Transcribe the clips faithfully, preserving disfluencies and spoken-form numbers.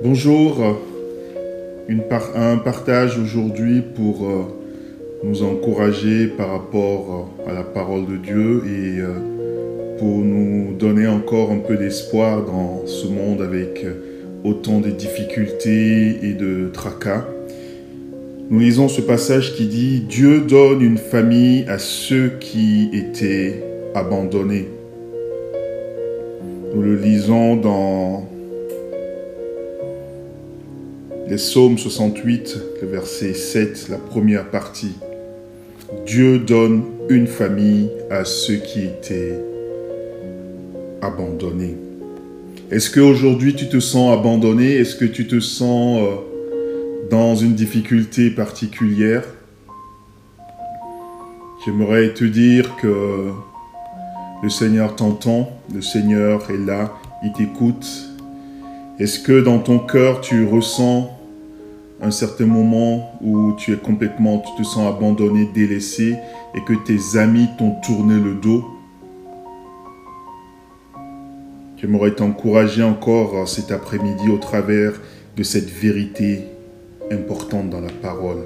Bonjour, une par- un partage aujourd'hui pour euh, nous encourager par rapport euh, à la parole de Dieu et euh, pour nous donner encore un peu d'espoir dans ce monde avec euh, autant de difficultés et de tracas. Nous lisons ce passage qui dit « Dieu donne une famille à ceux qui étaient abandonnés ». Nous le lisons dans les Psaumes soixante-huit, le verset sept, la première partie. Dieu donne une famille à ceux qui étaient abandonnés. Est-ce qu'aujourd'hui tu te sens abandonné? Est-ce que tu te sens euh, dans une difficulté particulière? J'aimerais te dire que le Seigneur t'entend, le Seigneur est là, il t'écoute. Est-ce que dans ton cœur tu ressens un certain moment où tu es complètement, tu te sens abandonné, délaissé et que tes amis t'ont tourné le dos? J'aimerais t'encourager encore cet après-midi au travers de cette vérité importante dans la parole.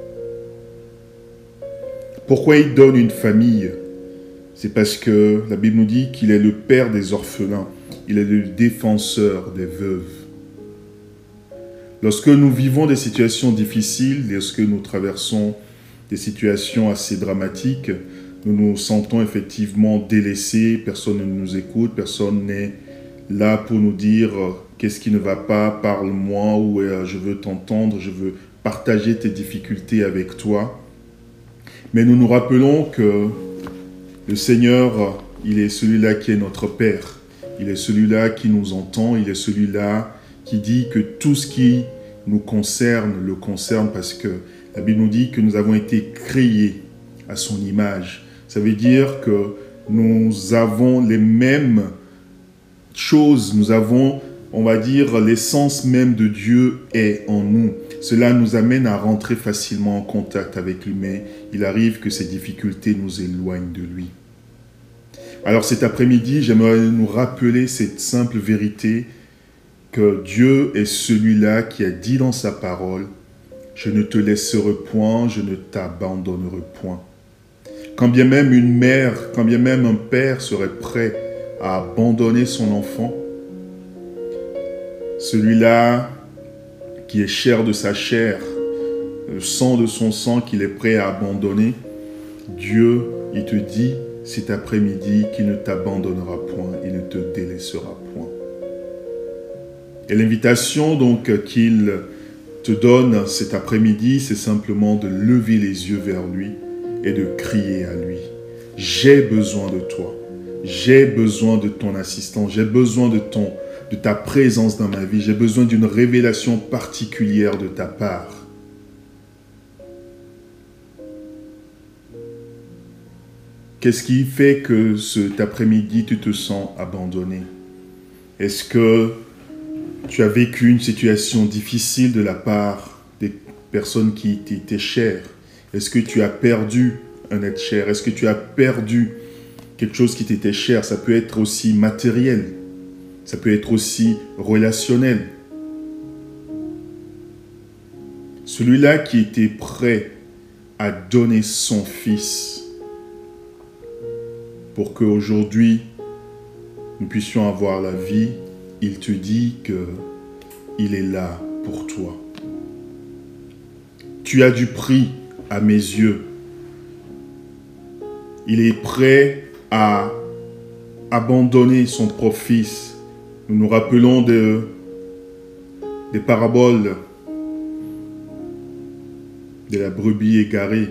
Pourquoi il donne une famille? C'est parce que la Bible nous dit qu'il est le père des orphelins, il est le défenseur des veuves. Lorsque nous vivons des situations difficiles, lorsque nous traversons des situations assez dramatiques, nous nous sentons effectivement délaissés, personne ne nous écoute, personne n'est là pour nous dire qu'est-ce qui ne va pas, parle-moi ou je veux t'entendre, je veux partager tes difficultés avec toi. Mais nous nous rappelons que le Seigneur, il est celui-là qui est notre Père, il est celui-là qui nous entend, il est celui-là qui dit que tout ce qui nous concerne, le concerne parce que la Bible nous dit que nous avons été créés à son image. Ça veut dire que nous avons les mêmes choses, nous avons, on va dire, l'essence même de Dieu est en nous. Cela nous amène à rentrer facilement en contact avec lui, mais il arrive que ces difficultés nous éloignent de lui. Alors cet après-midi, j'aimerais nous rappeler cette simple vérité que Dieu est celui-là qui a dit dans sa parole « Je ne te laisserai point, je ne t'abandonnerai point ». Quand bien même une mère, quand bien même un père serait prêt à abandonner son enfant, celui-là qui est chair de sa chair, le sang de son sang qu'il est prêt à abandonner, Dieu, il te dit cet après-midi qu'il ne t'abandonnera point, il ne te délaissera point. Et l'invitation donc qu'il te donne cet après-midi, c'est simplement de lever les yeux vers lui et de crier à lui. J'ai besoin de toi, j'ai besoin de ton assistance, j'ai besoin de, ton, de ta présence dans ma vie, j'ai besoin d'une révélation particulière de ta part. Qu'est-ce qui fait que cet après-midi tu te sens abandonné? Est-ce que tu as vécu une situation difficile de la part des personnes qui t'étaient chères? Est-ce que tu as perdu un être cher? Est-ce que tu as perdu quelque chose qui t'était cher? Ça peut être aussi matériel. Ça peut être aussi relationnel. Celui-là qui était prêt à donner son fils pour qu'aujourd'hui nous puissions avoir la vie, il te dit qu'il est là pour toi. Tu as du prix à mes yeux. Il est prêt à abandonner son propre fils. Nous nous rappelons de, des paraboles de la brebis égarée.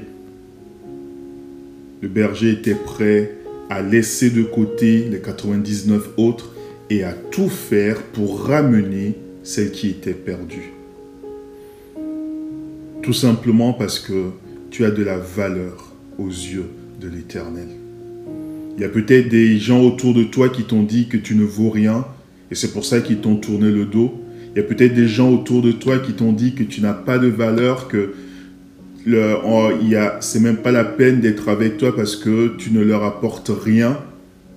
Le berger était prêt à laisser de côté les quatre-vingt-dix-neuf autres et à tout faire pour ramener celle qui était perdue. Tout simplement parce que tu as de la valeur aux yeux de l'Éternel. Il y a peut-être des gens autour de toi qui t'ont dit que tu ne vaux rien et c'est pour ça qu'ils t'ont tourné le dos. Il y a peut-être des gens autour de toi qui t'ont dit que tu n'as pas de valeur, que le, oh, il y a, c'est même pas la peine d'être avec toi parce que tu ne leur apportes rien.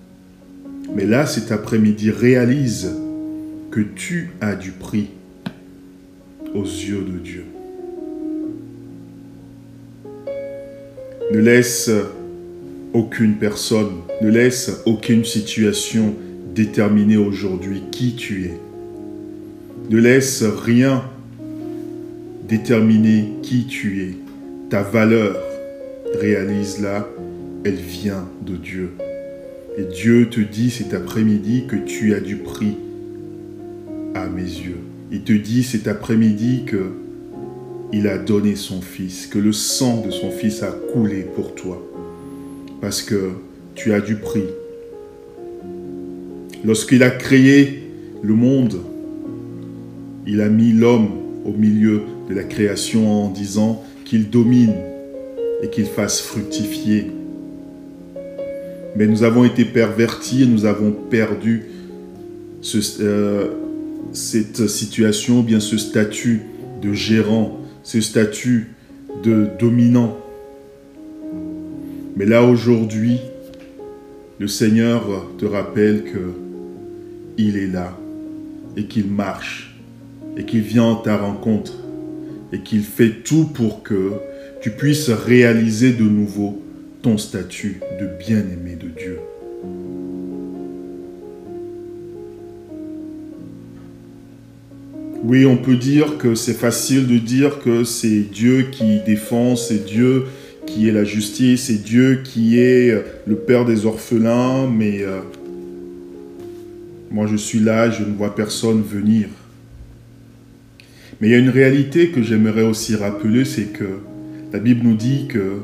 Mais là, cet après-midi, réalise que tu as du prix aux yeux de Dieu. Ne laisse aucune personne, ne laisse aucune situation déterminer aujourd'hui qui tu es. Ne laisse rien déterminer qui tu es. Ta valeur, réalise-la, elle vient de Dieu. Et Dieu te dit cet après-midi que tu as du prix à mes yeux. Il te dit cet après-midi que il a donné son Fils, que le sang de son Fils a coulé pour toi. Parce que tu as du prix. Lorsqu'il a créé le monde, il a mis l'homme au milieu de la création en disant qu'il domine et qu'il fasse fructifier. Mais nous avons été pervertis et nous avons perdu ce, euh, cette situation, bien ce statut de gérant, ce statut de dominant. Mais là aujourd'hui, le Seigneur te rappelle que il est là et qu'il marche et qu'il vient à ta rencontre et qu'il fait tout pour que tu puisses réaliser de nouveau ton statut de bien-aimé de Dieu. Oui, on peut dire que c'est facile de dire que c'est Dieu qui défend, c'est Dieu qui est la justice, c'est Dieu qui est le Père des orphelins, mais euh, moi je suis là, je ne vois personne venir. Mais il y a une réalité que j'aimerais aussi rappeler, c'est que la Bible nous dit que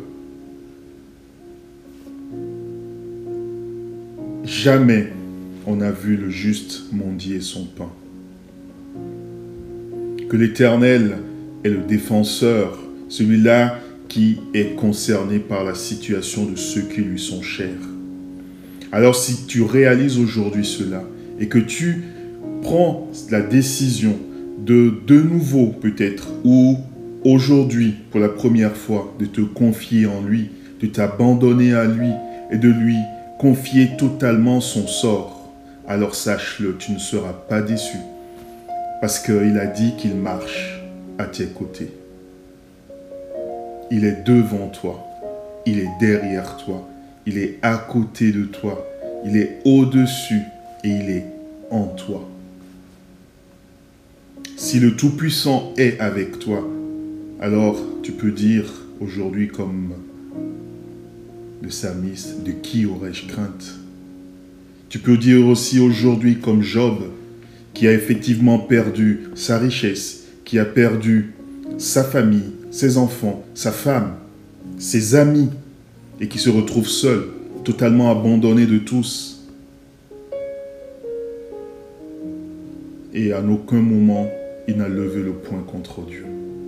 jamais on n'a vu le juste mendier son pain. Que l'Éternel est le défenseur, celui-là qui est concerné par la situation de ceux qui lui sont chers. Alors si tu réalises aujourd'hui cela et que tu prends la décision de de nouveau peut-être ou aujourd'hui pour la première fois de te confier en lui, de t'abandonner à lui et de lui confier totalement son sort, alors sache-le, tu ne seras pas déçu parce qu'il a dit qu'il marche à tes côtés. Il est devant toi, il est derrière toi, il est à côté de toi, il est au-dessus et il est en toi. Si le Tout-Puissant est avec toi, alors tu peux dire aujourd'hui comme le psalmiste, de qui aurais-je crainte? Tu peux dire aussi aujourd'hui comme Job, qui a effectivement perdu sa richesse, qui a perdu sa famille, ses enfants, sa femme, ses amis, et qui se retrouve seul, totalement abandonné de tous. Et à aucun moment, il n'a levé le poing contre Dieu.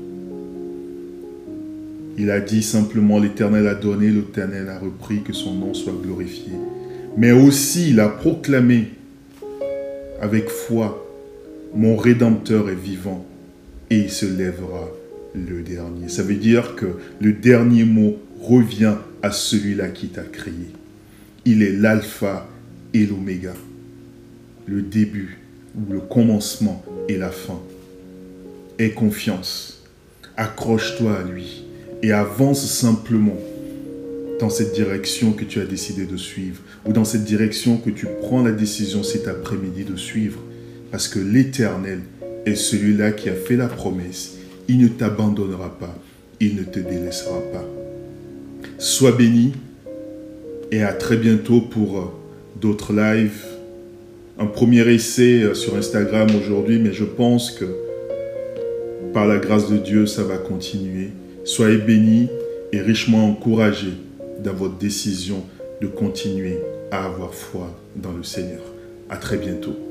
Il a dit simplement, l'Éternel a donné, l'Éternel a repris, que son nom soit glorifié. Mais aussi, il a proclamé avec foi, mon Rédempteur est vivant et il se lèvera le dernier. Ça veut dire que le dernier mot revient à celui-là qui t'a créé. Il est l'alpha et l'oméga, le début, le commencement et la fin. Aie confiance, accroche-toi à lui et avance simplement dans cette direction que tu as décidé de suivre ou dans cette direction que tu prends la décision cet après-midi de suivre. Parce que l'Éternel est celui-là qui a fait la promesse. Il ne t'abandonnera pas, il ne te délaissera pas. Sois béni et à très bientôt pour d'autres lives. Un premier essai sur Instagram aujourd'hui, mais je pense que par la grâce de Dieu, ça va continuer. Soyez bénis et richement encouragés dans votre décision de continuer à avoir foi dans le Seigneur. À très bientôt.